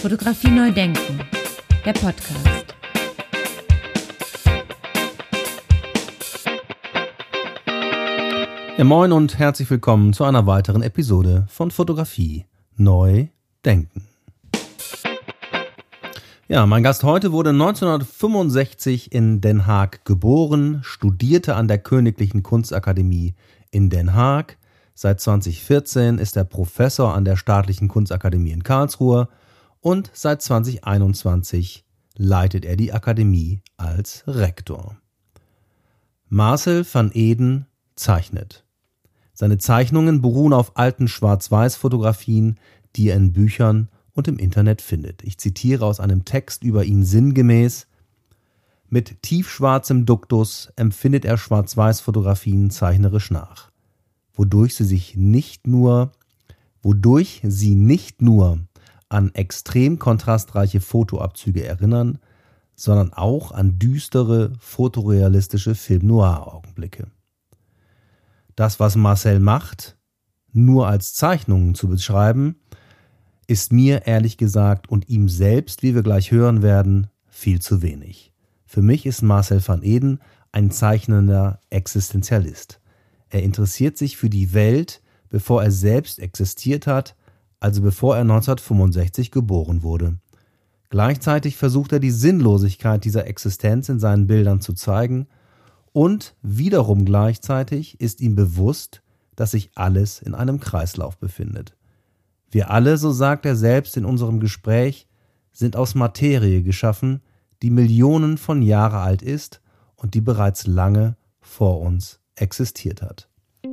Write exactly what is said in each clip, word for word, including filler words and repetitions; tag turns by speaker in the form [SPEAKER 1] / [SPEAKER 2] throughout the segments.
[SPEAKER 1] Fotografie neu denken, der Podcast.
[SPEAKER 2] Ja, moin und herzlich willkommen zu einer weiteren Episode von Fotografie neu denken. Ja, mein Gast heute wurde neunzehnhundertfünfundsechzig in Den Haag geboren, studierte an der Königlichen Kunstakademie in Den Haag. Seit zweitausendvierzehn ist er Professor an der Staatlichen Kunstakademie in Karlsruhe und seit zweitausendeinundzwanzig leitet er die Akademie als Rektor. Marcel van Eeden zeichnet. Seine Zeichnungen beruhen auf alten Schwarz-Weiß-Fotografien, die er in Büchern und im Internet findet. Ich zitiere aus einem Text über ihn sinngemäß: Mit tiefschwarzem Duktus empfindet er Schwarz-Weiß-Fotografien zeichnerisch nach, wodurch sie sich nicht nur, wodurch sie nicht nur an extrem kontrastreiche Fotoabzüge erinnern, sondern auch an düstere, fotorealistische Film-Noir-Augenblicke. Das, was Marcel macht, nur als Zeichnungen zu beschreiben, ist mir ehrlich gesagt und ihm selbst, wie wir gleich hören werden, viel zu wenig. Für mich ist Marcel van Eeden ein zeichnender Existenzialist. Er interessiert sich für die Welt, bevor er selbst existiert hat, also bevor er neunzehnhundertfünfundsechzig geboren wurde. Gleichzeitig versucht er die Sinnlosigkeit dieser Existenz in seinen Bildern zu zeigen und wiederum gleichzeitig ist ihm bewusst, dass sich alles in einem Kreislauf befindet. Wir alle, so sagt er selbst in unserem Gespräch, sind aus Materie geschaffen, die Millionen von Jahre alt ist und die bereits lange vor uns existiert hat.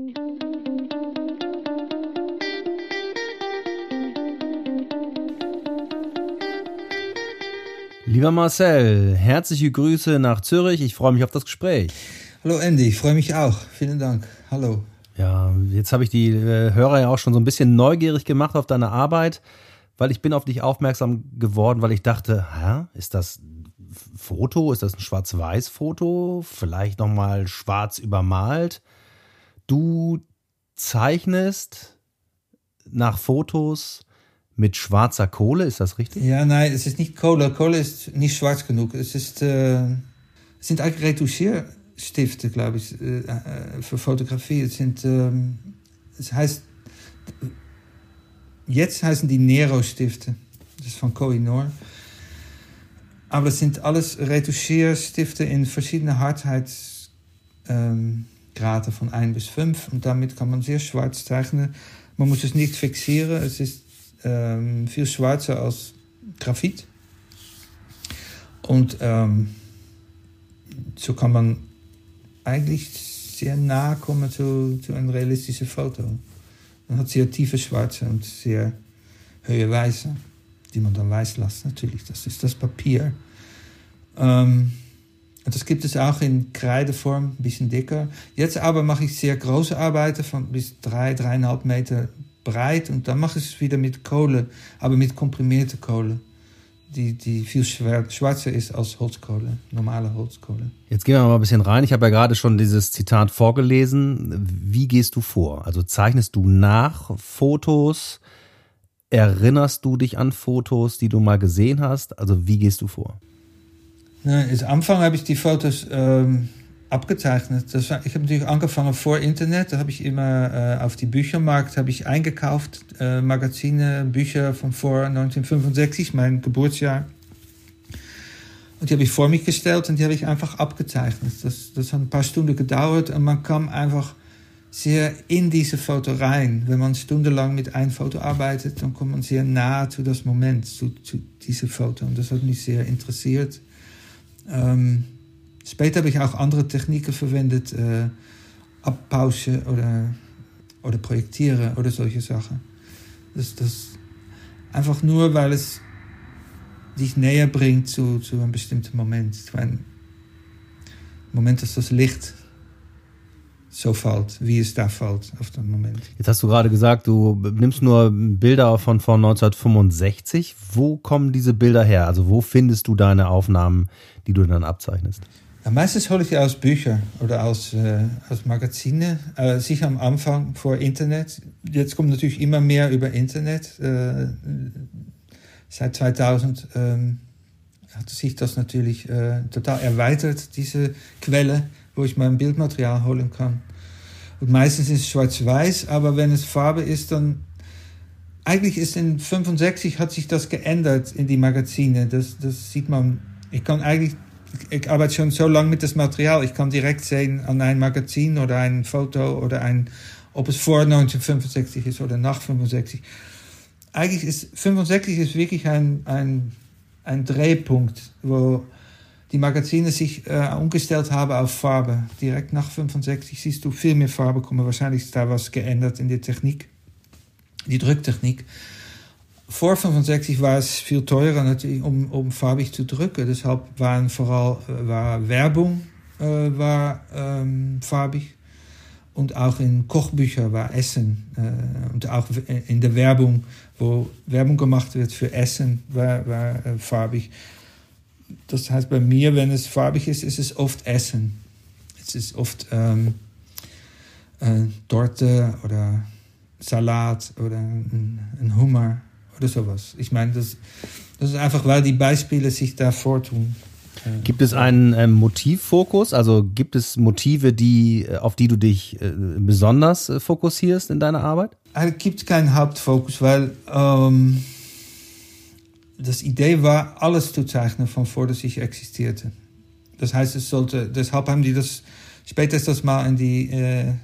[SPEAKER 2] Lieber Marcel, herzliche Grüße nach Zürich. Ich freue mich auf das Gespräch.
[SPEAKER 3] Hallo Andy, ich freue mich auch. Vielen Dank. Hallo.
[SPEAKER 2] Ja, jetzt habe ich die äh, Hörer ja auch schon so ein bisschen neugierig gemacht auf deine Arbeit, weil ich bin auf dich aufmerksam geworden, weil ich dachte, hä, ist das Foto, ist das ein Schwarz-Weiß-Foto, vielleicht nochmal schwarz übermalt? Du zeichnest nach Fotos mit schwarzer Kohle, ist das richtig?
[SPEAKER 3] Ja, nein, es ist nicht Kohle. Kohle ist nicht schwarz genug. Es ist, äh, es sind eigentlich Retuschierstifte, glaube ich, äh, für Fotografie. Es sind, äh, es heißt, jetzt heißen die Nero-Stifte. Das ist von Koh-i-Noor. Aber das sind alles Retuschierstifte in verschiedene Hardheitsgraden ähm, von eins bis fünf. Und damit kann man sehr schwarz zeichnen. Man muss es nicht fixieren. Es ist ähm, viel schwarzer als Graphit. Und ähm, so kann man eigentlich sehr nah kommen zu, zu einem realistischen Foto. Man hat sehr tiefe Schwarze und sehr hohe Weiße, die man dann weiß lässt, natürlich. Das ist das Papier. Ähm, und das gibt es auch in Kreideform, ein bisschen dicker. Jetzt aber mache ich sehr große Arbeiten von bis drei, dreieinhalb Meter breit. Und dann mache ich es wieder mit Kohle, aber mit komprimierter Kohle, die, die viel schwarzer ist als Holzkohle, normale Holzkohle.
[SPEAKER 2] Jetzt gehen wir mal ein bisschen rein. Ich habe ja gerade schon dieses Zitat vorgelesen. Wie gehst du vor? Also zeichnest du nach Fotos? Erinnerst du dich an Fotos, die du mal gesehen hast? Also wie gehst du vor?
[SPEAKER 3] Na, am Anfang habe ich die Fotos ähm, abgezeichnet. Das war, ich habe natürlich angefangen vor Internet. Da habe ich immer äh, auf die Büchermarkt habe ich eingekauft, äh, Magazine, Bücher von vor neunzehnhundertfünfundsechzig, mein Geburtsjahr. Und die habe ich vor mich gestellt und die habe ich einfach abgezeichnet. Das, das hat ein paar Stunden gedauert und man kam einfach sehr in diese Foto rein. Wenn man stundenlang mit einem Foto arbeitet, dann kommt man sehr nah zu das Moment, zu, zu diesem Foto. Und das hat mich sehr interessiert. Ähm, später habe ich auch andere Techniken verwendet, äh, Abpauschen oder, oder Projektieren oder solche Sachen. Das, das einfach nur, weil es dich näher bringt zu, zu einem bestimmten Moment. Ein Moment, dass das Licht so fällt, wie es da fällt auf den Moment.
[SPEAKER 2] Jetzt hast du gerade gesagt, du nimmst nur Bilder von vor neunzehnhundertfünfundsechzig. Wo kommen diese Bilder her? Also wo findest du deine Aufnahmen, die du dann abzeichnest?
[SPEAKER 3] Ja, meistens hole ich die aus Büchern oder aus, äh, aus Magazinen. Äh, sicher am Anfang vor Internet. Jetzt kommt natürlich immer mehr über Internet. Äh, seit zweitausend ähm, hat sich das natürlich äh, total erweitert, diese Quelle, wo ich mein Bildmaterial holen kann. Und meistens ist es schwarz-weiß, aber wenn es Farbe ist, dann eigentlich ist in fünfundsechzig hat sich das geändert in die Magazine. Das, das sieht man. Ich kann eigentlich, ich arbeite schon so lange mit das Material, ich kann direkt sehen an ein Magazin oder ein Foto oder ein, ob es vor neunzehnhundertfünfundsechzig ist oder nach fünfundsechzig. Eigentlich ist fünfundsechzig ist wirklich ein, ein, ein Drehpunkt, wo die Magazine sich äh, umgestellt haben auf Farbe. Direkt nach fünfundsechzig siehst du viel mehr Farbe kommen. Wahrscheinlich ist da was geändert in der Technik, die Drucktechnik. Vor fünfundsechzig war es viel teurer, natürlich, um, um farbig zu drücken. Deshalb waren vooral war Werbung äh, war, ähm, farbig. Und auch in Kochbüchern war Essen. Äh, und auch in der Werbung, wo Werbung gemacht wird für Essen, war, war äh, farbig. Das heißt, bei mir, wenn es farbig ist, ist es oft Essen. Es ist oft ähm, äh, Torte oder Salat oder ein, ein Hummer oder sowas. Ich meine, das, das ist einfach, weil die Beispiele sich da vortun.
[SPEAKER 2] Gibt es einen ähm, Motivfokus? Also gibt es Motive, die, auf die du dich äh, besonders äh, fokussierst in deiner Arbeit?
[SPEAKER 3] Es gibt keinen Hauptfokus, weil ähm, das Idee war, alles zu zeichnen, von vor dass ich existierte. Das heißt, es sollte, deshalb haben die das, später ist das mal in die, äh,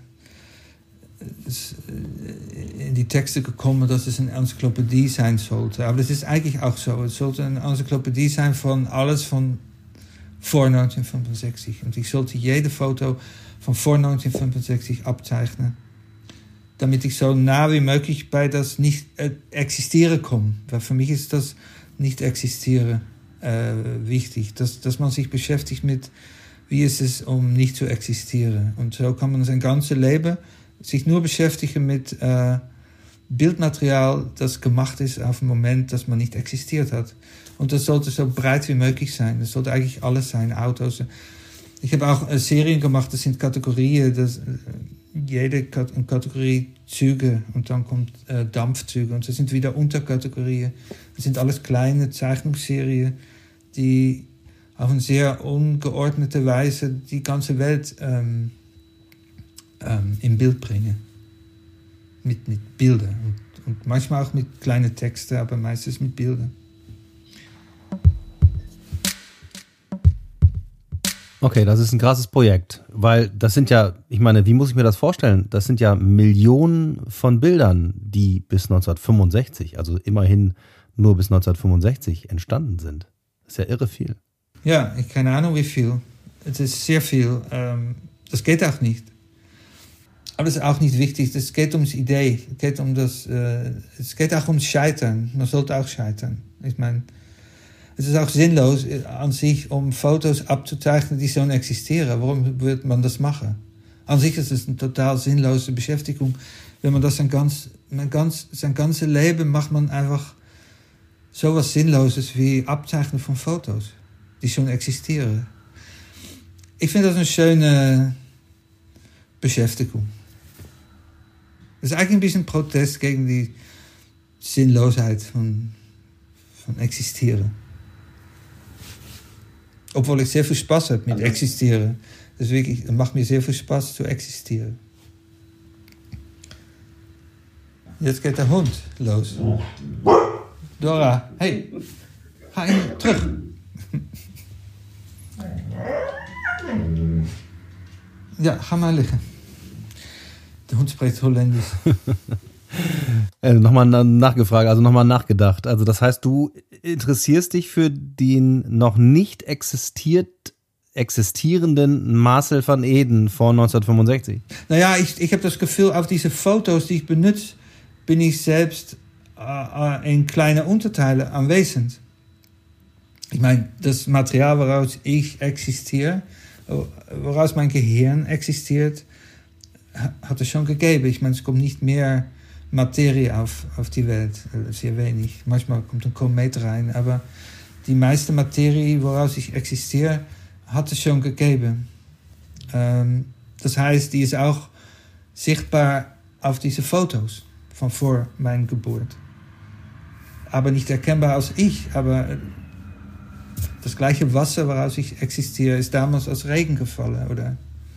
[SPEAKER 3] in die Texte gekommen, dass es eine Enzyklopädie sein sollte. Aber das ist eigentlich auch so. Es sollte eine Enzyklopädie sein von alles von vor neunzehnhundertfünfundsechzig. Und ich sollte jede Foto von vor neunzehnhundertfünfundsechzig abzeichnen, damit ich so nah wie möglich bei das nicht äh, existieren komme. Weil für mich ist das nicht existieren äh, wichtig, dass, dass man sich beschäftigt mit, wie ist es, um nicht zu existieren. Und so kann man sein ganzes Leben sich nur beschäftigen mit äh, Bildmaterial, das gemacht ist auf dem Moment, dass man nicht existiert hat. Und das sollte so breit wie möglich sein. Das sollte eigentlich alles sein, Autos. Ich habe auch äh, Serien gemacht, das sind Kategorien. Das, äh, jede Kat- Kategorie Züge und dann kommt äh, Dampfzüge. Und das sind wieder Unterkategorien. Das sind alles kleine Zeichnungsserien, die auf eine sehr ungeordnete Weise die ganze Welt ähm, ähm, im Bild bringen. Mit, mit Bildern. Und, und manchmal auch mit kleinen Texten, aber meistens mit Bildern.
[SPEAKER 2] Okay, das ist ein krasses Projekt, weil das sind ja, ich meine, wie muss ich mir das vorstellen? Das sind ja Millionen von Bildern, die bis neunzehnhundertfünfundsechzig, also immerhin nur bis neunzehnhundertfünfundsechzig entstanden sind. Das ist ja irre viel.
[SPEAKER 3] Ja, ich keine Ahnung wie viel. Es ist sehr viel. Ähm, das geht auch nicht. Aber das ist auch nicht wichtig. Es geht ums Idee. Es geht um das. Äh, es geht auch ums Scheitern. Man sollte auch scheitern. Ich meine, es ist auch sinnlos an sich, um Fotos abzuzeichnen, die schon existieren. Warum wird man das machen? An sich ist es eine total sinnlose Beschäftigung. Wenn man das sein, ganz, ganz, sein ganzes Leben macht, man einfach sowas Sinnloses wie Abzeichnen von Fotos, die schon existieren. Ich finde das eine schöne Beschäftigung. Das ist eigentlich ein bisschen Protest gegen die Sinnlosheit von, von Existieren. Obwohl ich sehr viel Spaß habe mit Existieren. Das wirklich, es macht mir sehr viel Spaß zu existieren. Jetzt geht der Hund los. Dora, hey, ga in, terug. Ja, ga maar liggen. Der Hund spricht Holländisch.
[SPEAKER 2] äh, nochmal nachgefragt, also nochmal nachgedacht. Also das heißt, du interessierst dich für den noch nicht existiert, existierenden Marcel van Eden vor neunzehnhundertfünfundsechzig?
[SPEAKER 3] Naja, ich, ich habe das Gefühl, auf diese Fotos, die ich benutze, bin ich selbst äh, in kleine Unterteile anwesend. Ich meine, das Material, woraus ich existiere, woraus mein Gehirn existiert, hat es schon gegeben. Ich meine, es kommt nicht mehr Materie auf, auf die Welt, sehr wenig. Manchmal kommt ein Komet rein, aber die meiste Materie, woraus ich existiere, hat es schon gegeben. Ähm, das heißt, die ist auch sichtbar auf diese Fotos von vor meiner Geburt. aber nicht erkennbar als ich. Aber das gleiche Wasser, woraus ich existiere, ist damals als Regen gefallen, oder?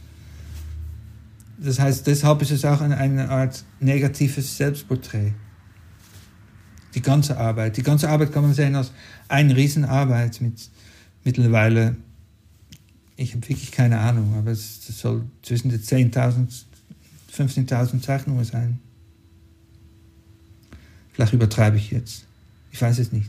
[SPEAKER 3] Das heißt, deshalb ist es auch eine, eine Art negatives Selbstporträt. Die ganze Arbeit. Die ganze Arbeit kann man sehen als eine Riesenarbeit mit mittlerweile, ich habe wirklich keine Ahnung, aber es, es soll zwischen den zehntausend, fünfzehntausend Zeichnungen sein. Vielleicht übertreibe ich jetzt. Ich weiß es nicht.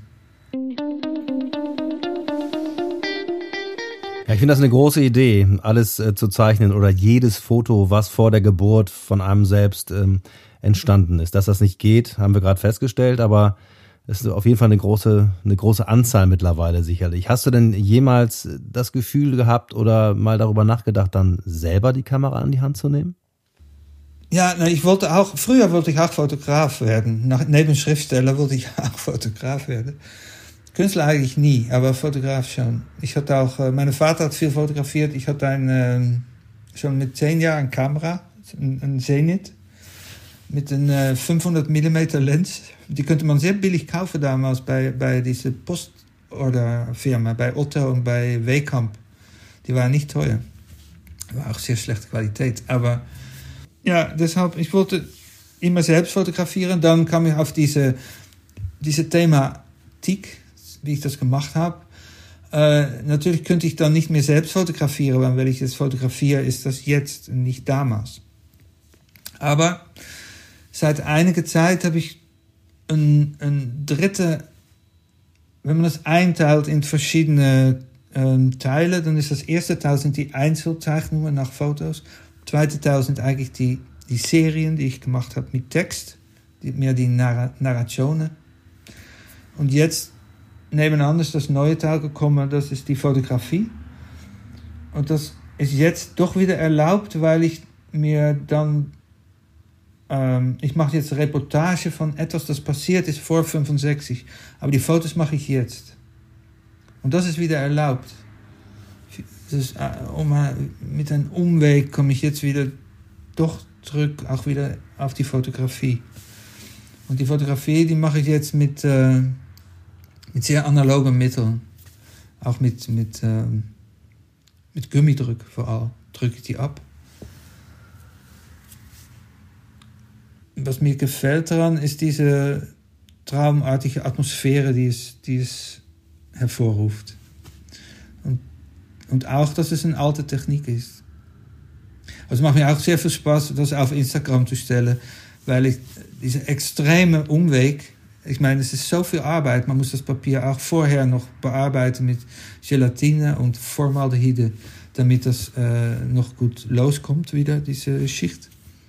[SPEAKER 2] Ja, ich finde das eine große Idee, alles äh, zu zeichnen oder jedes Foto, was vor der Geburt von einem selbst ähm, entstanden ist. Dass das nicht geht, haben wir gerade festgestellt, aber es ist auf jeden Fall eine große, eine große Anzahl mittlerweile sicherlich. Hast du denn jemals das Gefühl gehabt oder mal darüber nachgedacht, dann selber die Kamera an die Hand zu nehmen?
[SPEAKER 3] Ja, ich wollte auch, früher wollte ich auch Fotograf werden. Nach, neben Schriftsteller wollte ich auch Fotograf werden. Künstler eigentlich nie, aber Fotograf schon. Ich hatte auch, mein Vater hat viel fotografiert. Ich hatte ein, schon mit zehn Jahren eine Kamera, ein Zenit, mit einer fünfhundert Millimeter Lens. Die konnte man sehr billig kaufen damals bei, bei dieser Postorderfirma, bei Otto und bei Wekamp. Die waren nicht teuer. War auch sehr schlechte Qualität. Aber ja, deshalb, ich wollte immer selbst fotografieren. Dann kam ich auf diese, diese Thematik, wie ich das gemacht habe. Äh, natürlich könnte ich dann nicht mehr selbst fotografieren, weil wenn ich das fotografiere, ist das jetzt, nicht damals. Aber seit einiger Zeit habe ich ein, ein dritte, wenn man das einteilt in verschiedene ähm, Teile, dann ist das erste Teil sind die Einzelzeichnungen nach Fotos. Das zweite Teil sind eigentlich die, die Serien, die ich gemacht habe mit Text, die, mehr die Narra- Narrationen. Und jetzt nebeneinander ist das neue Teil gekommen, das ist die Fotografie. Und das ist jetzt doch wieder erlaubt, weil ich mir dann, ähm, ich mache jetzt Reportage von etwas, das passiert ist vor fünfundsechzig, aber die Fotos mache ich jetzt. Und das ist wieder erlaubt. Das ist, äh, um, mit einem Umweg komme ich jetzt wieder doch zurück, auch wieder auf die Fotografie. Und die Fotografie, die mache ich jetzt mit, äh, mit sehr analogen Mitteln. Auch mit, mit, äh, mit Gummidruck vor allem. Drücke ich die ab. Was mir gefällt daran, ist diese traumartige Atmosphäre, die es, die es hervorruft. Und, und auch, dass es eine alte Technik ist. Also es macht mir auch sehr viel Spaß, das auf Instagram zu stellen, weil ich diese extreme Umweg, ich meine, es ist so viel Arbeit, man muss das Papier auch vorher noch bearbeiten mit Gelatine und Formaldehyde, damit das äh, noch gut loskommt wieder, diese Schicht.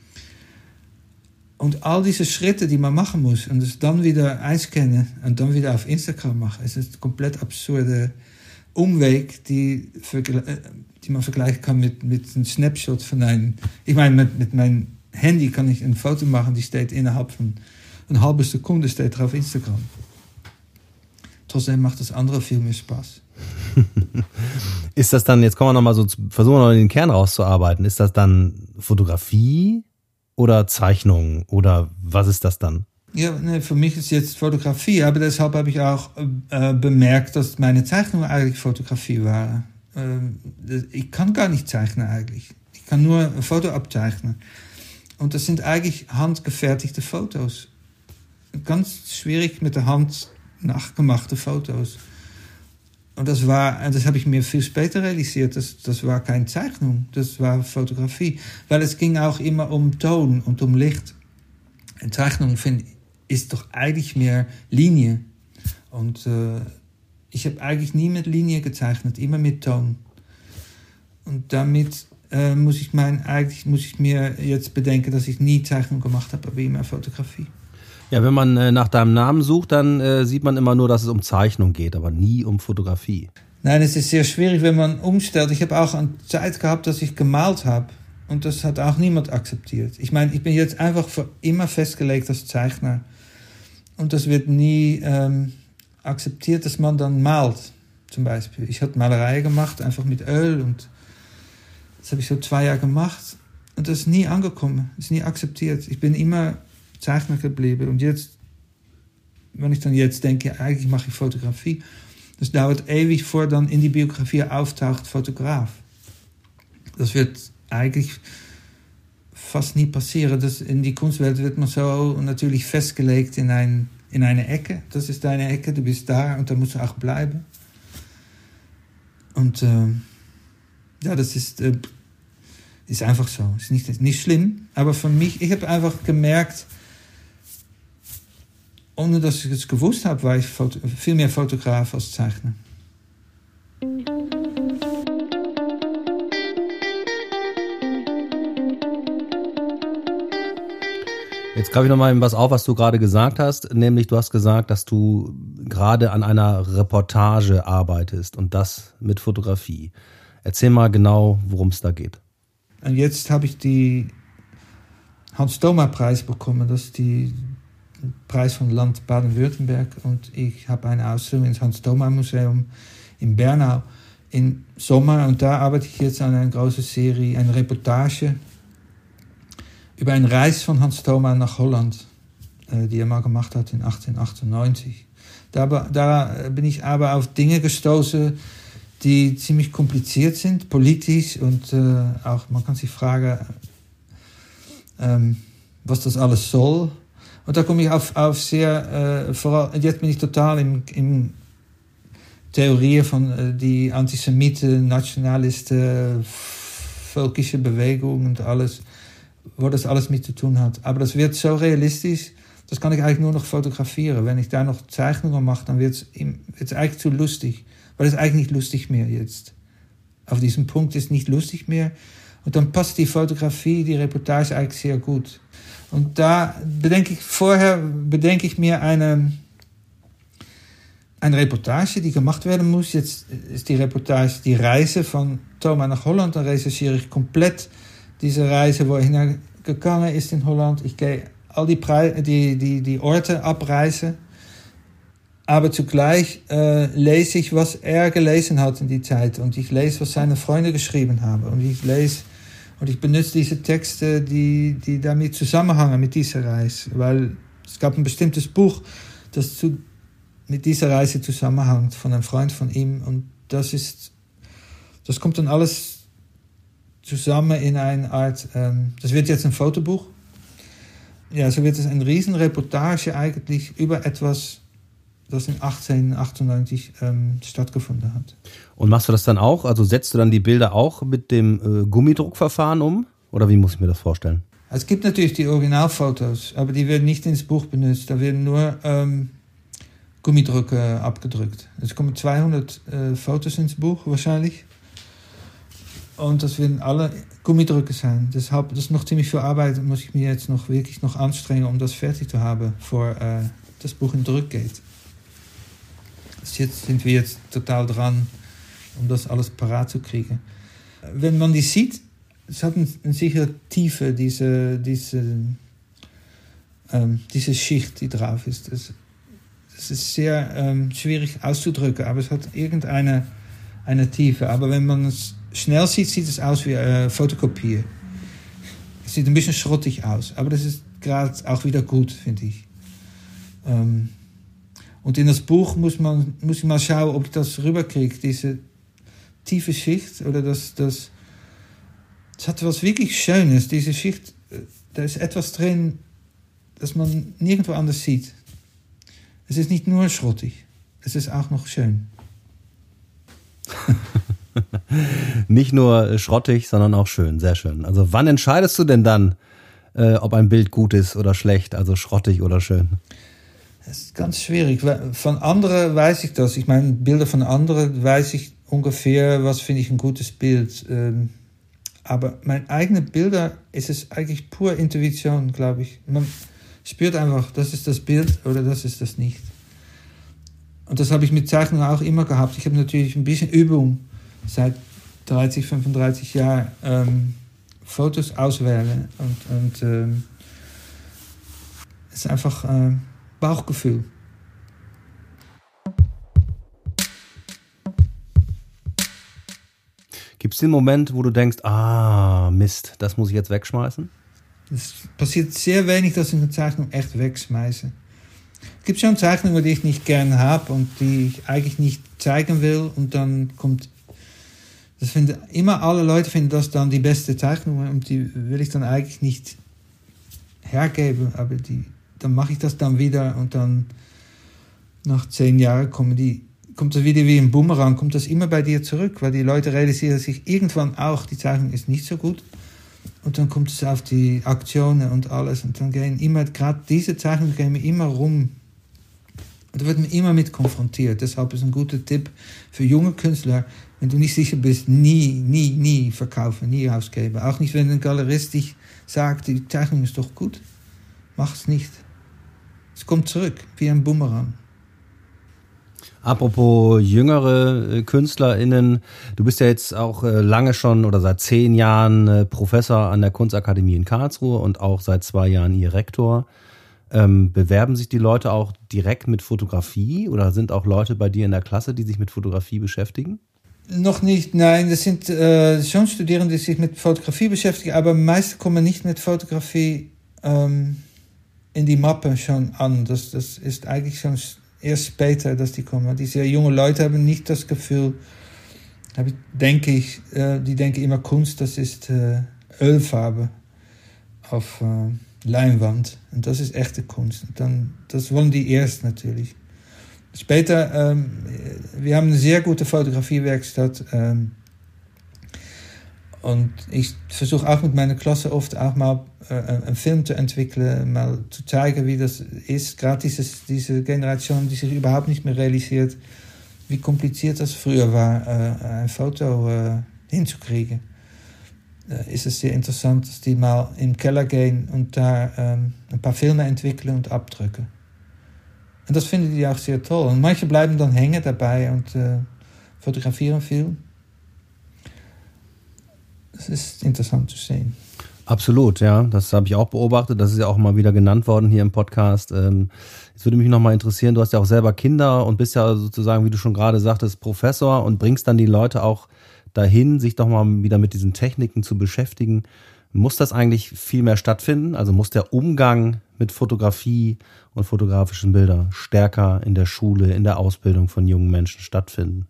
[SPEAKER 3] Und all diese Schritte, die man machen muss, und es dann wieder einscannen und dann wieder auf Instagram machen, ist ein komplett absurde Umweg, die, die man vergleichen kann mit, mit einem Snapshot von einem. Ich meine, mit, mit meinem Handy kann ich ein Foto machen, die steht innerhalb von eine halbe Sekunde steht auf Instagram. Trotzdem macht das andere viel mehr Spaß.
[SPEAKER 2] Ist das dann, jetzt kommen wir nochmal so, versuchen wir noch den Kern rauszuarbeiten, ist das dann Fotografie oder Zeichnung oder was ist das dann?
[SPEAKER 3] Ja, ne, für mich ist jetzt Fotografie, aber deshalb habe ich auch äh, bemerkt, dass meine Zeichnungen eigentlich Fotografie waren. Äh, ich kann gar nicht zeichnen eigentlich. Ich kann nur ein Foto abzeichnen. Und das sind eigentlich handgefertigte Fotos. Ganz schwierig mit der Hand nachgemachte Fotos. Und das war, das habe ich mir viel später realisiert, das, das war keine Zeichnung, das war Fotografie. Weil es ging auch immer um Ton und um Licht. Eine Zeichnung find, ist doch eigentlich mehr Linie. Und äh, ich habe eigentlich nie mit Linie gezeichnet, immer mit Ton. Und damit äh, muss ich mein, eigentlich muss ich mir jetzt bedenken, dass ich nie Zeichnung gemacht habe, aber immer Fotografie.
[SPEAKER 2] Ja, wenn man äh, nach deinem Namen sucht, dann äh, sieht man immer nur, dass es um Zeichnung geht, aber nie um Fotografie.
[SPEAKER 3] Nein, es ist sehr schwierig, wenn man umstellt. Ich habe auch eine Zeit gehabt, dass ich gemalt habe. Und das hat auch niemand akzeptiert. Ich meine, ich bin jetzt einfach für immer festgelegt als Zeichner. Und das wird nie ähm, akzeptiert, dass man dann malt, zum Beispiel. Ich habe Malerei gemacht, einfach mit Öl. Und das habe ich so zwei Jahre gemacht. Und das ist nie angekommen, das ist nie akzeptiert. Ich bin immer Zeichner geblieben. Und jetzt wenn ich dann jetzt denke, eigentlich mache ich Fotografie, das dauert ewig, vor dann in die Biografie auftaucht Fotograf. Das wird eigentlich fast nie passieren. Das, in die Kunstwelt wird man so natürlich festgelegt in, ein, in eine Ecke. Das ist deine Ecke, du bist da und da musst du auch bleiben. Und äh, ja, das ist, äh, ist einfach so. Ist nicht, nicht schlimm, aber für mich, ich habe einfach gemerkt, ohne dass ich es gewusst habe, war ich Foto- viel mehr Fotograf als Zeichner.
[SPEAKER 2] Jetzt greife ich nochmal was auf, was du gerade gesagt hast, nämlich du hast gesagt, dass du gerade an einer Reportage arbeitest und das mit Fotografie. Erzähl mal genau, worum es da geht.
[SPEAKER 3] Und jetzt habe ich die Hans-Thoma-Preis bekommen, das ist die Preis von Land Baden-Württemberg, und ich habe eine Ausstellung ins Hans-Thoma-Museum in Bernau im Sommer, und da arbeite ich jetzt an einer großen Serie, eine Reportage über eine Reise von Hans Thoma nach Holland, äh, die er mal gemacht hat in achtzehnhundertachtundneunzig. Da, da bin ich aber auf Dinge gestoßen, die ziemlich kompliziert sind, politisch, und äh, auch man kann sich fragen, ähm, was das alles soll. Und da komme ich auf, auf sehr, äh, vor allem, jetzt bin ich total im, im Theorien von äh, die Antisemiten, Nationalisten, völkische Bewegung und alles, wo das alles mit zu tun hat. Aber das wird so realistisch, das kann ich eigentlich nur noch fotografieren. Wenn ich da noch Zeichnungen mache, dann wird es eigentlich zu lustig. Weil es eigentlich nicht lustig mehr jetzt. Auf diesem Punkt ist nicht lustig mehr. Und dann passt die Fotografie, die Reportage eigentlich sehr gut. Und da bedenke ich, vorher bedenke ich mir eine, eine Reportage, die gemacht werden muss. Jetzt ist die Reportage die Reise von Thoma nach Holland. Dann recherchiere ich komplett diese Reise, wo er hingegangen ist in Holland. Ich gehe all die, Pre- die, die, die Orte abreisen. Aber zugleich äh, lese ich, was er gelesen hat in die Zeit. Und ich lese, was seine Freunde geschrieben haben. Und ich lese und ich benutze diese Texte, die, die damit zusammenhängen mit dieser Reise. Weil es gab ein bestimmtes Buch, das zu, mit dieser Reise zusammenhängt, von einem Freund von ihm. Und das ist, das kommt dann alles zusammen in eine Art, ähm, das wird jetzt ein Fotobuch. Ja, so wird es eine Riesenreportage eigentlich über etwas, das in achtzehnhundertachtundneunzig ähm, stattgefunden hat.
[SPEAKER 2] Und machst du das dann auch? Also setzt du dann die Bilder auch mit dem äh, Gummidruckverfahren um? Oder wie muss ich mir das vorstellen?
[SPEAKER 3] Es gibt natürlich die Originalfotos, aber die werden nicht ins Buch benutzt. Da werden nur ähm, Gummidrücke abgedrückt. Es kommen zweihundert äh, Fotos ins Buch wahrscheinlich. Und das werden alle Gummidrücke sein. Deshalb, das ist noch ziemlich viel Arbeit. Da muss ich mir jetzt noch wirklich noch anstrengen, um das fertig zu haben, bevor äh, das Buch in Druck geht. Jetzt sind wir jetzt total dran, um das alles parat zu kriegen. Wenn man die sieht, es hat eine, eine sichere Tiefe, diese, diese, ähm, diese Schicht, die drauf ist. Das, das ist sehr ähm, schwierig auszudrücken, aber es hat irgendeine eine Tiefe. Aber wenn man es schnell sieht, sieht es aus wie eine Fotokopie. Es sieht ein bisschen schrottig aus, aber das ist gerade auch wieder gut, finde ich. Ähm, Und in das Buch muss man muss ich mal schauen, ob ich das rüberkriege, diese tiefe Schicht, oder das, das, das hat was wirklich Schönes, diese Schicht, da ist etwas drin, das man nirgendwo anders sieht. Es ist nicht nur schrottig, es ist auch noch schön.
[SPEAKER 2] Nicht nur schrottig, sondern auch schön, sehr schön. Also wann entscheidest du denn dann, äh, ob ein Bild gut ist oder schlecht, also schrottig oder schön?
[SPEAKER 3] Das ist ganz schwierig. Von anderen weiß ich das. Ich meine, Bilder von anderen weiß ich ungefähr, was finde ich ein gutes Bild. Aber meine eigenen Bilder ist es eigentlich pure Intuition, glaube ich. Man spürt einfach, das ist das Bild oder das ist das nicht. Und das habe ich mit Zeichnungen auch immer gehabt. Ich habe natürlich ein bisschen Übung seit dreißig, fünfunddreißig Jahren ähm, Fotos auswählen. Und, und ähm, es ist einfach ähm, Bauchgefühl.
[SPEAKER 2] Gibt es den Moment, wo du denkst, ah, Mist, das muss ich jetzt wegschmeißen?
[SPEAKER 3] Es passiert sehr wenig, dass ich eine Zeichnung echt wegschmeiße. gibt schon Zeichnungen, die ich nicht gern habe und die ich eigentlich nicht zeigen will. Und dann kommt, das finden immer alle Leute finden das dann die beste Zeichnung und die will ich dann eigentlich nicht hergeben. Aber die, dann mache ich das dann wieder und dann nach zehn Jahren kommen die, kommt das wieder wie ein Bumerang, kommt das immer bei dir zurück, weil die Leute realisieren sich irgendwann auch, die Zeichnung ist nicht so gut. Und dann kommt es auf die Aktionen und alles. Und dann gehen immer, gerade diese Zeichnungen gehen mir immer rum. Und da wird man immer mit konfrontiert. Deshalb ist ein guter Tipp für junge Künstler, wenn du nicht sicher bist, nie, nie, nie verkaufen, nie ausgeben. Auch nicht, wenn ein Galerist dich sagt, die Zeichnung ist doch gut. Mach es nicht. Es kommt zurück, wie ein Bumerang.
[SPEAKER 2] Apropos jüngere KünstlerInnen, du bist ja jetzt auch lange schon oder seit zehn Jahren Professor an der Kunstakademie in Karlsruhe und auch seit zwei Jahren ihr Rektor. Ähm, bewerben sich die Leute auch direkt mit Fotografie oder sind auch Leute bei dir in der Klasse, die sich mit Fotografie beschäftigen?
[SPEAKER 3] Noch nicht, nein. Das sind äh, schon Studierende, die sich mit Fotografie beschäftigen, aber meist kommen nicht mit Fotografie ähm, in die Mappe schon an. Das, das ist eigentlich schon erst später, dass die kommen. Diese jungen Leute haben nicht das Gefühl, denke ich, äh, die denken immer, Kunst, das ist äh, Ölfarbe auf äh, Leinwand. Und das ist echte Kunst. Und dann, das wollen die erst natürlich. Später, ähm, wir haben eine sehr gute Fotografiewerkstatt. Ähm, und ich versuche auch mit meiner Klasse oft auch mal äh, einen Film zu entwickeln, mal zu zeigen, wie das ist. Gerade dieses, diese Generation, die sich überhaupt nicht mehr realisiert, wie kompliziert das früher war, äh, ein Foto äh, hinzukriegen. Äh, ist es sehr interessant, dass die mal im Keller gehen und da ähm, ein paar Filme entwickeln und abdrücken. Und das finden die auch sehr toll. Und manche bleiben dann hängen dabei und äh, fotografieren viel. Das ist interessant zu sehen.
[SPEAKER 2] Absolut, ja. Das habe ich auch beobachtet. Das ist ja auch mal wieder genannt worden hier im Podcast. Ähm, jetzt würde mich noch mal interessieren, du hast ja auch selber Kinder und bist ja sozusagen, wie du schon gerade sagtest, Professor und bringst dann die Leute auch dahin, sich doch mal wieder mit diesen Techniken zu beschäftigen. Muss das eigentlich viel mehr stattfinden? Also muss der Umgang mit Fotografie und fotografischen Bildern stärker in der Schule, in der Ausbildung von jungen Menschen stattfinden?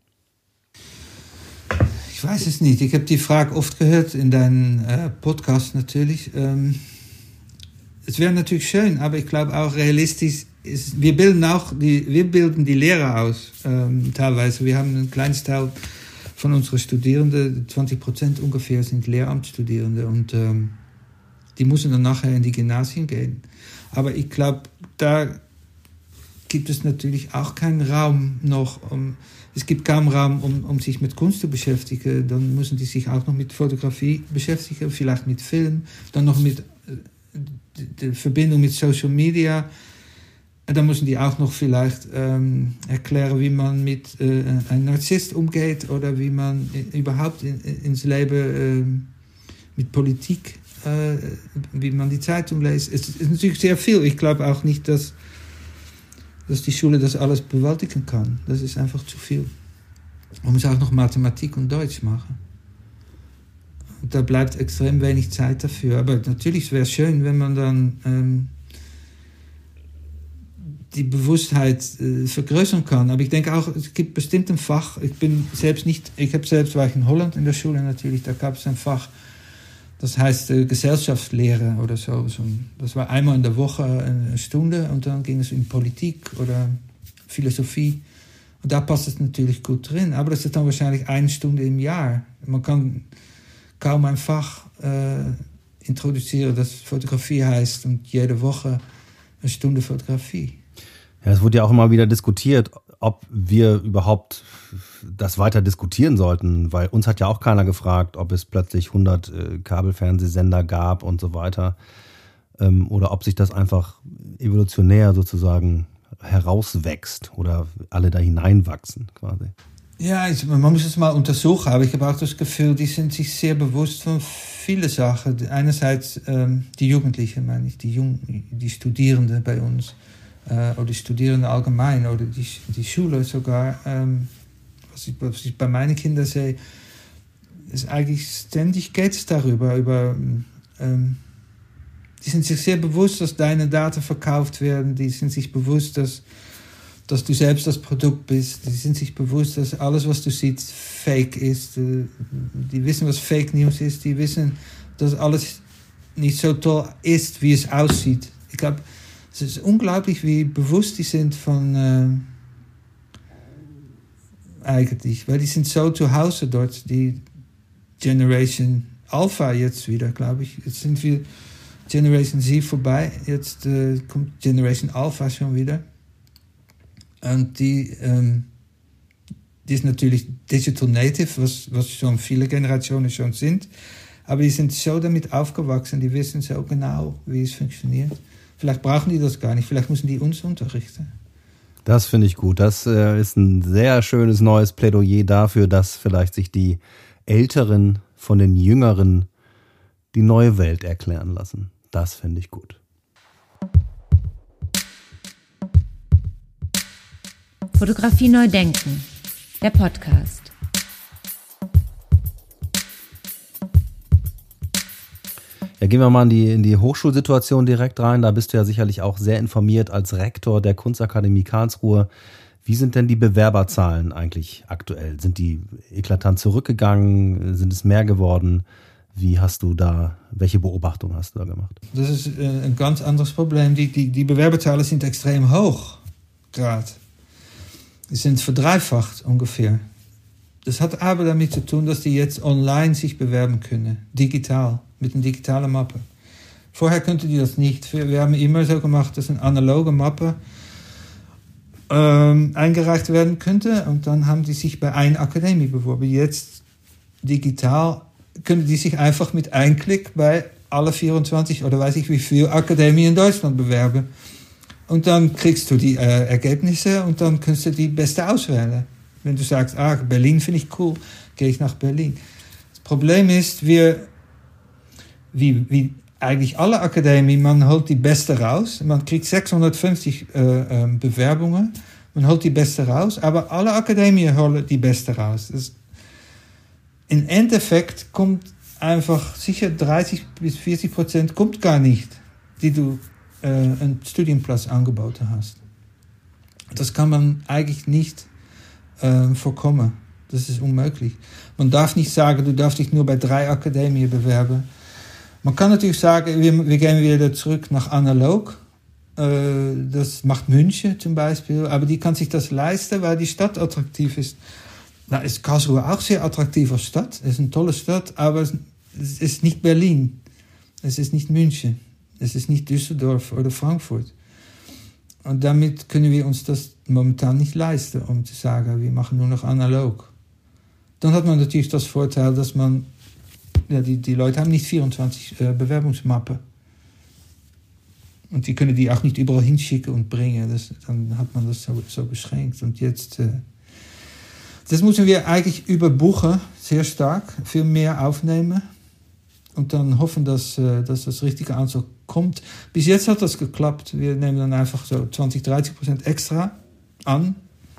[SPEAKER 3] Ich weiß es nicht. Ich habe die Frage oft gehört in deinem äh, Podcast natürlich. Ähm, es wäre natürlich schön, aber ich glaube auch realistisch ist, wir bilden auch die, wir bilden die Lehrer aus, ähm, teilweise. Wir haben ein kleines Teil von unseren Studierenden, zwanzig Prozent ungefähr sind Lehramtsstudierende und ähm, die müssen dann nachher in die Gymnasien gehen. Aber ich glaube, da gibt es natürlich auch keinen Raum noch, um, es gibt kaum Raum, um, um sich mit Kunst zu beschäftigen. Dann müssen die sich auch noch mit Fotografie beschäftigen, vielleicht mit Film, dann noch mit der Verbindung mit Social Media. Und dann müssen die auch noch vielleicht ähm, erklären, wie man mit äh, einem Narzisst umgeht oder wie man überhaupt in, ins Leben äh, mit Politik, äh, wie man die Zeitung liest. Es ist natürlich sehr viel. Ich glaube auch nicht, dass, dass die Schule das alles bewältigen kann. Das ist einfach zu viel. Man muss auch noch Mathematik und Deutsch machen. Und da bleibt extrem wenig Zeit dafür. Aber natürlich wäre es schön, wenn man dann ähm, die Bewusstheit äh, vergrößern kann. Aber ich denke auch, es gibt bestimmt ein Fach, ich bin selbst nicht, ich habe selbst, war ich in Holland in der Schule natürlich, da gab es ein Fach, das heißt äh, Gesellschaftslehre oder so, so. Das war einmal in der Woche eine Stunde und dann ging es in Politik oder Philosophie. Und da passt es natürlich gut drin. Aber das ist dann wahrscheinlich eine Stunde im Jahr. Man kann kaum ein Fach äh, introduzieren, das Fotografie heißt und jede Woche eine Stunde Fotografie.
[SPEAKER 2] Ja, es wurde ja auch immer wieder diskutiert, ob wir überhaupt das weiter diskutieren sollten, weil uns hat ja auch keiner gefragt, ob es plötzlich hundert äh, Kabelfernsehsender gab und so weiter, ähm, oder ob sich das einfach evolutionär sozusagen herauswächst oder alle da hineinwachsen quasi.
[SPEAKER 3] Ja, ich, man muss es mal untersuchen, aber ich habe auch das Gefühl, die sind sich sehr bewusst von vielen Sachen. Einerseits ähm, die Jugendlichen, meine ich, die, Jung, die Studierenden bei uns, äh, oder die Studierenden allgemein, oder die, die Schule sogar. Ähm, was, ich, was ich bei meinen Kindern sehe, ist eigentlich ständig geht es darüber, über ähm, Die sind sich sehr bewusst, dass deine Daten verkauft werden. Die sind sich bewusst, dass, dass du selbst das Produkt bist. Die sind sich bewusst, dass alles, was du siehst, fake ist. Die wissen, was Fake News ist. Die wissen, dass alles nicht so toll ist, wie es aussieht. Ich glaube, es ist unglaublich, wie bewusst die sind von äh, eigentlich, weil die sind so zu Hause dort, die Generation Alpha jetzt wieder, glaube ich. Jetzt sind wir Generation Z vorbei, jetzt äh, kommt Generation Alpha schon wieder. Und die, ähm, die ist natürlich Digital Native, was, was schon viele Generationen schon sind. Aber die sind so damit aufgewachsen, die wissen so genau, wie es funktioniert. Vielleicht brauchen die das gar nicht, vielleicht müssen die uns unterrichten.
[SPEAKER 2] Das finde ich gut. Das äh, ist ein sehr schönes neues Plädoyer dafür, dass vielleicht sich die Älteren von den Jüngeren die neue Welt erklären lassen. Das finde ich gut.
[SPEAKER 1] Fotografie neu denken, der Podcast.
[SPEAKER 2] Ja, gehen wir mal in die, in die Hochschulsituation direkt rein. Da bist du ja sicherlich auch sehr informiert als Rektor der Kunstakademie Karlsruhe. Wie sind denn die Bewerberzahlen eigentlich aktuell? Sind die eklatant zurückgegangen? Sind es mehr geworden? Wie hast du da, welche Beobachtung hast du da gemacht?
[SPEAKER 3] Das ist ein ganz anderes Problem. Die, die, die Bewerberzahlen sind extrem hoch gerade. Die sind verdreifacht ungefähr. Das hat aber damit zu tun, dass die jetzt online sich bewerben können, digital, mit einer digitalen Mappe. Vorher konnten die das nicht. Wir haben immer so gemacht, dass eine analoge Mappe ähm, eingereicht werden könnte und dann haben die sich bei einer Akademie beworben. Jetzt digital können die sich einfach mit einem Klick bei alle vierundzwanzig oder weiß ich wie viel Akademien in Deutschland bewerben. Und dann kriegst du die äh, Ergebnisse und dann kannst du die beste auswählen. Wenn du sagst, ah, Berlin finde ich cool, gehe ich nach Berlin. Das Problem ist, wir, wie, wie eigentlich alle Akademien, man holt die beste raus. Man kriegt sechshundertfünfzig äh, äh, Bewerbungen, man holt die beste raus, aber alle Akademien holen die beste raus. Das, im Endeffekt kommt einfach sicher dreißig bis vierzig Prozent kommt gar nicht, die du äh, einen Studienplatz angeboten hast. Das kann man eigentlich nicht äh, vorkommen. Das ist unmöglich. Man darf nicht sagen, du darfst dich nur bei drei Akademien bewerben. Man kann natürlich sagen, wir, wir gehen wieder zurück nach analog. Äh, das macht München zum Beispiel, aber die kann sich das leisten, weil die Stadt attraktiv ist. Da ist Karlsruhe auch sehr attraktiv als Stadt. Es ist eine tolle Stadt, aber es ist nicht Berlin. Es ist nicht München. Es ist nicht Düsseldorf oder Frankfurt. Und damit können wir uns das momentan nicht leisten, um zu sagen, wir machen nur noch analog. Dann hat man natürlich das Vorteil, dass man, ja, die, die Leute haben nicht vierundzwanzig äh, Bewerbungsmappen. Und die können die auch nicht überall hinschicken und bringen. Das, dann hat man das so, so beschränkt. Und jetzt, äh, das müssen wir eigentlich überbuchen, sehr stark, viel mehr aufnehmen. Und dann hoffen, dass, äh, dass das richtige Anzahl kommt. Bis jetzt hat das geklappt. Wir nehmen dann einfach so zwanzig, dreißig Prozent extra an.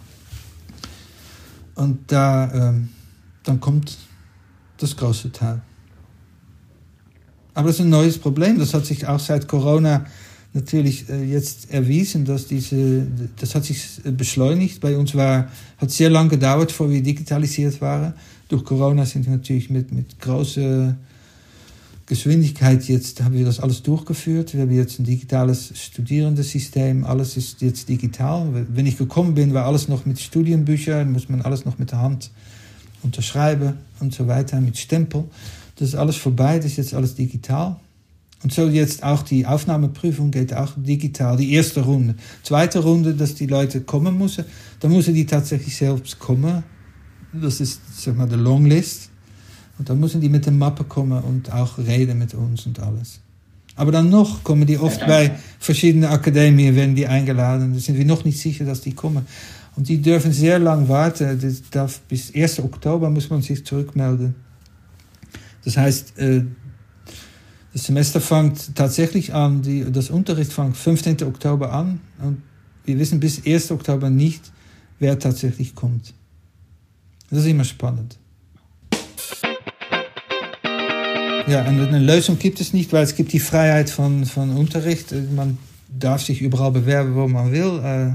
[SPEAKER 3] Und da, ähm, dann kommt das große Teil. Aber das ist ein neues Problem. Das hat sich auch seit Corona natürlich äh, jetzt erwiesen, dass diese, das hat sich beschleunigt. Bei uns war, hat sehr lange gedauert, bevor wir digitalisiert waren. Durch Corona sind wir natürlich mit, mit großer Geschwindigkeit jetzt, haben wir das alles durchgeführt. Wir haben jetzt ein digitales Studierendensystem. Alles ist jetzt digital. Wenn ich gekommen bin, war alles noch mit Studienbüchern, muss man alles noch mit der Hand unterschreiben und so weiter, mit Stempel. Das ist alles vorbei, das ist jetzt alles digital. Und so jetzt auch die Aufnahmeprüfung geht auch digital. Die erste Runde. Zweite Runde, dass die Leute kommen müssen. Dann müssen die tatsächlich selbst kommen. Das ist, sag mal, die Longlist. Und dann müssen die mit der Mappe kommen und auch reden mit uns und alles. Aber dann noch kommen die oft bei verschiedenen Akademien, werden die eingeladen. Da sind wir noch nicht sicher, dass die kommen. Und die dürfen sehr lang warten. Das darf bis ersten Oktober muss man sich zurückmelden. Das heißt, das Semester fängt tatsächlich an, die, das Unterricht fängt fünfzehnten Oktober an. Und wir wissen bis ersten Oktober nicht, wer tatsächlich kommt. Das ist immer spannend. Ja, eine Lösung gibt es nicht, weil es gibt die Freiheit von, von Unterricht. Man darf sich überall bewerben, wo man will. Äh,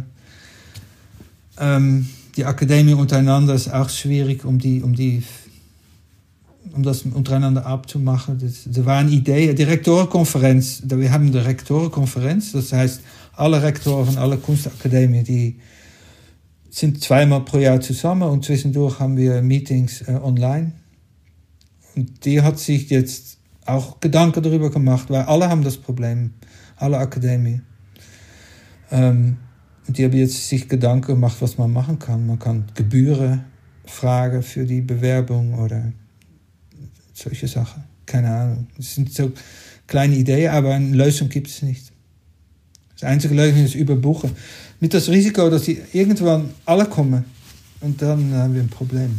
[SPEAKER 3] ähm, die Akademie untereinander ist auch schwierig, um die, um die, um das untereinander abzumachen. Das, das war eine Idee, die Rektorenkonferenz. Wir haben eine Rektorenkonferenz, das heißt, alle Rektoren von aller Kunstakademie, die sind zweimal pro Jahr zusammen und zwischendurch haben wir Meetings äh, online. Und die hat sich jetzt auch Gedanken darüber gemacht, weil alle haben das Problem, alle Akademie. Ähm, und die haben jetzt sich Gedanken gemacht, was man machen kann. Man kann Gebühren fragen für die Bewerbung oder solche Sachen. Keine Ahnung. Das sind so kleine Ideen, aber eine Lösung gibt es nicht. Das einzige Lösung ist überbuchen. Mit das Risiko, dass die irgendwann alle kommen und dann haben wir ein Problem.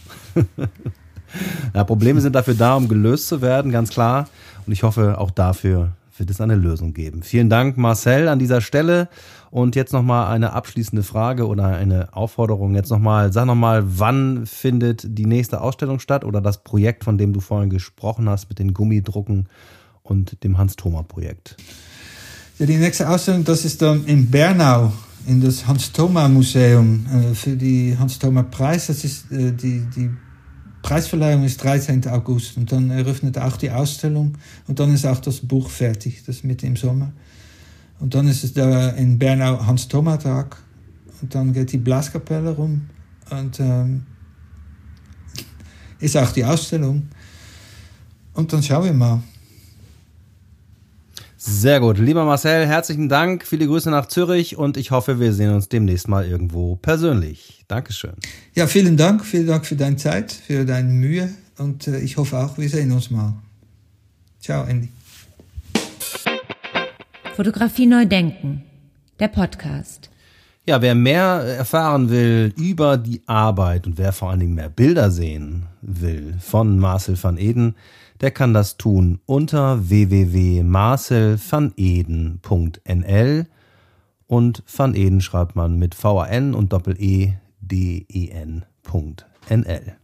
[SPEAKER 2] Ja, Probleme sind dafür da, um gelöst zu werden, ganz klar. Und ich hoffe, auch dafür wird es eine Lösung geben. Vielen Dank, Marcel, an dieser Stelle. Und jetzt nochmal eine abschließende Frage oder eine Aufforderung. Jetzt nochmal, sag nochmal, wann findet die nächste Ausstellung statt oder das Projekt, von dem du vorhin gesprochen hast, mit den Gummidrucken und dem Hans-Thoma-Projekt?
[SPEAKER 3] Ja, die nächste Ausstellung, das ist dann in Bernau, in das Hans-Thoma-Museum äh, für die Hans-Thoma-Preis. Das ist äh, die, die Preisverleihung ist dreizehnten August und dann eröffnet auch die Ausstellung und dann ist auch das Buch fertig, das Mitte im Sommer. Und dann ist es da in Bernau Hans-Thoma-Tag und dann geht die Blaskapelle rum und ähm, ist auch die Ausstellung. Und dann schauen wir mal.
[SPEAKER 2] Sehr gut. Lieber Marcel, herzlichen Dank. Viele Grüße nach Zürich und ich hoffe, wir sehen uns demnächst mal irgendwo persönlich. Dankeschön.
[SPEAKER 3] Ja, vielen Dank. Vielen Dank für deine Zeit, für deine Mühe und äh, ich hoffe auch, wir sehen uns mal. Ciao, Andy.
[SPEAKER 1] Fotografie neu denken. Der Podcast.
[SPEAKER 2] Ja, wer mehr erfahren will über die Arbeit und wer vor allen Dingen mehr Bilder sehen will von Marcel van Eden, der kann das tun unter w w w punkt marcel van eden punkt n l und Van Eden schreibt man mit V A N und Doppel-E D E N Punkt N L.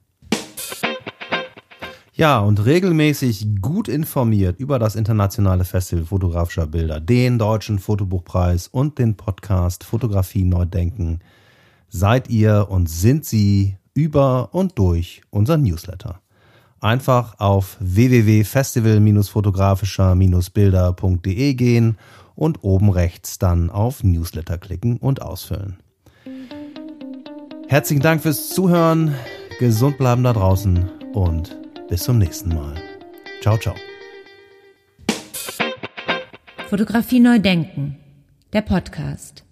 [SPEAKER 2] Ja, und regelmäßig gut informiert über das internationale Festival fotografischer Bilder, den Deutschen Fotobuchpreis und den Podcast Fotografie neu denken seid ihr und sind sie über und durch unser Newsletter. Einfach auf w w w punkt festival Bindestrich fotografischer Bindestrich bilder Punkt d e gehen und oben rechts dann auf Newsletter klicken und ausfüllen. Herzlichen Dank fürs Zuhören, gesund bleiben da draußen und bis zum nächsten Mal. Ciao, ciao.
[SPEAKER 1] Fotografie neu denken. Der Podcast.